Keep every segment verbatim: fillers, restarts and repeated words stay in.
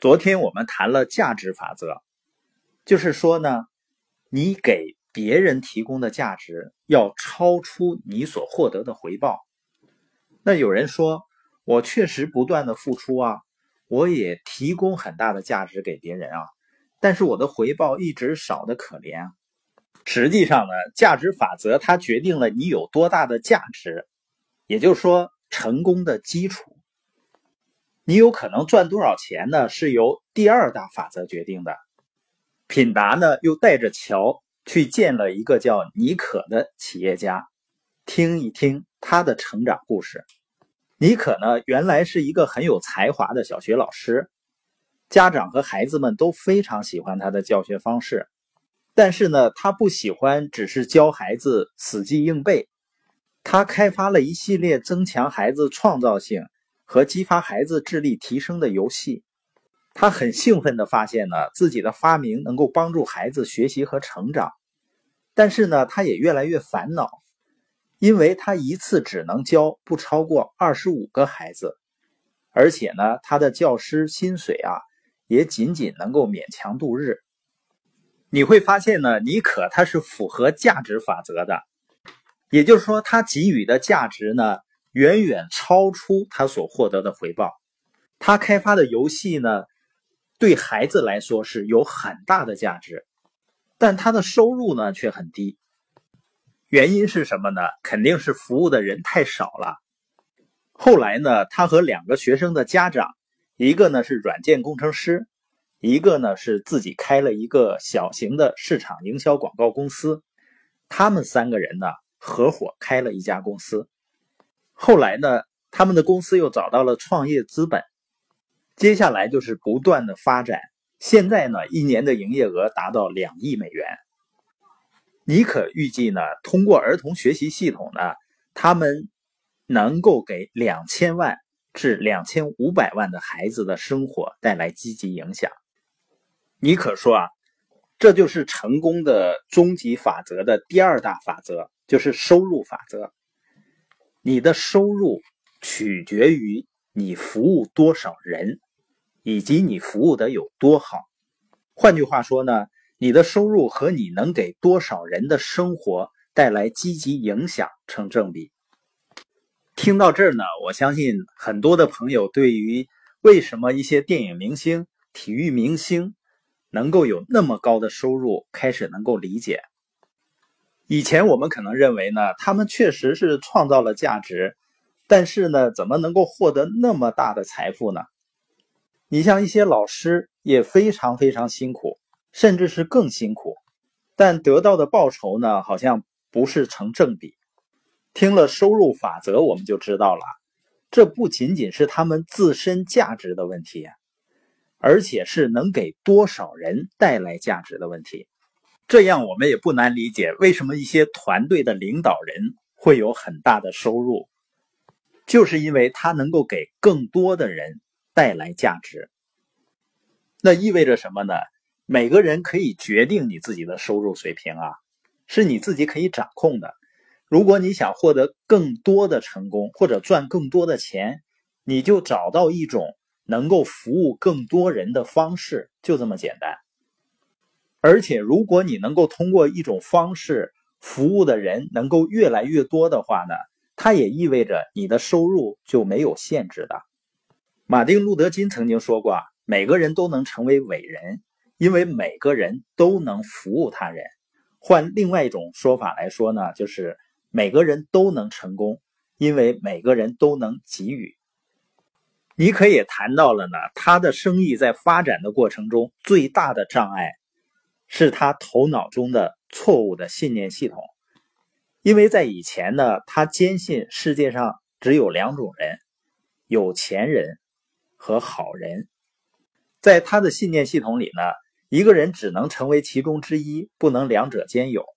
昨天我们谈了价值法则，就是说呢，你给别人提供的价值要超出你所获得的回报。那有人说，我确实不断的付出啊，我也提供很大的价值给别人啊，但是我的回报一直少得可怜啊。实际上呢，价值法则它决定了你有多大的价值，也就是说成功的基础。你有可能赚多少钱呢，是由第二大法则决定的。品达呢又带着乔去见了一个叫尼可的企业家，听一听他的成长故事。尼可呢原来是一个很有才华的小学老师，家长和孩子们都非常喜欢他的教学方式，但是呢他不喜欢只是教孩子死记硬背，他开发了一系列增强孩子创造性和激发孩子智力提升的游戏。他很兴奋地发现呢，自己的发明能够帮助孩子学习和成长。但是呢，他也越来越烦恼，因为他一次只能教不超过二十五个孩子，而且呢，他的教师薪水啊，也仅仅能够勉强度日。你会发现呢，尼可他是符合价值法则的，也就是说，他给予的价值呢，远远超出他所获得的回报。他开发的游戏呢，对孩子来说是有很大的价值，但他的收入呢却很低。原因是什么呢？肯定是服务的人太少了。后来呢，他和两个学生的家长，一个呢是软件工程师，一个呢是自己开了一个小型的市场营销广告公司。他们三个人呢合伙开了一家公司。后来呢，他们的公司又找到了创业资本。接下来就是不断的发展，现在呢，一年的营业额达到两亿美元。尼可预计呢，通过儿童学习系统呢，他们能够给两千万至两千五百万的孩子的生活带来积极影响。尼可说啊，这就是成功的终极法则的第二大法则，就是收入法则。你的收入取决于你服务多少人，以及你服务的有多好。换句话说呢，你的收入和你能给多少人的生活带来积极影响成正比。听到这儿呢，我相信很多的朋友对于为什么一些电影明星、体育明星能够有那么高的收入开始能够理解。以前我们可能认为呢，他们确实是创造了价值，但是呢，怎么能够获得那么大的财富呢？你像一些老师也非常非常辛苦，甚至是更辛苦，但得到的报酬呢，好像不是成正比。听了收入法则，我们就知道了，这不仅仅是他们自身价值的问题，而且是能给多少人带来价值的问题。这样我们也不难理解，为什么一些团队的领导人会有很大的收入，就是因为他能够给更多的人带来价值。那意味着什么呢？每个人可以决定你自己的收入水平啊，是你自己可以掌控的。如果你想获得更多的成功，或者赚更多的钱，你就找到一种能够服务更多人的方式，就这么简单。而且如果你能够通过一种方式服务的人能够越来越多的话呢，它也意味着你的收入就没有限制的。马丁·路德·金曾经说过，每个人都能成为伟人，因为每个人都能服务他人。换另外一种说法来说呢，就是每个人都能成功，因为每个人都能给予。尼可也谈到了呢，他的生意在发展的过程中最大的障碍是他头脑中的错误的信念系统。因为在以前呢，他坚信世界上只有两种人，有钱人和好人。在他的信念系统里呢，一个人只能成为其中之一，不能两者兼有。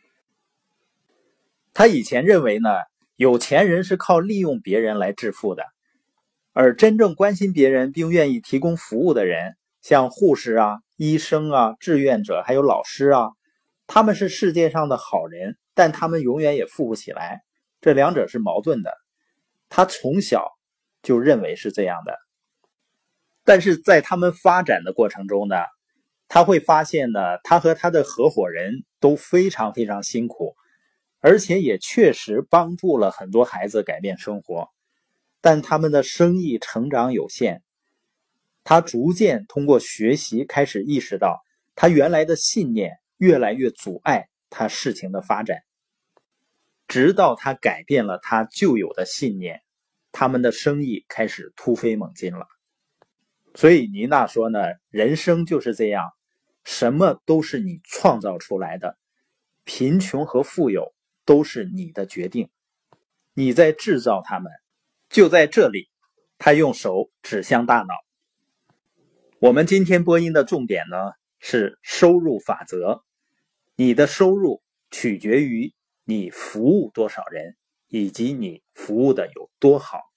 他以前认为呢，有钱人是靠利用别人来致富的，而真正关心别人并愿意提供服务的人，像护士啊、医生啊、志愿者还有老师啊，他们是世界上的好人，但他们永远也富不起来，这两者是矛盾的。他从小就认为是这样的。 但是在他们发展的过程中呢，他会发现呢，他和他的合伙人都非常非常辛苦，而且也确实帮助了很多孩子改变生活，但他们的生意成长有限。他逐渐通过学习开始意识到，他原来的信念越来越阻碍他事情的发展。直到他改变了他旧有的信念，他们的生意开始突飞猛进了。所以妮娜说呢，人生就是这样，什么都是你创造出来的，贫穷和富有都是你的决定，你在制造它们。就在这里，他用手指向大脑。我们今天播音的重点呢，是收入法则。你的收入取决于你服务多少人，以及你服务的有多好。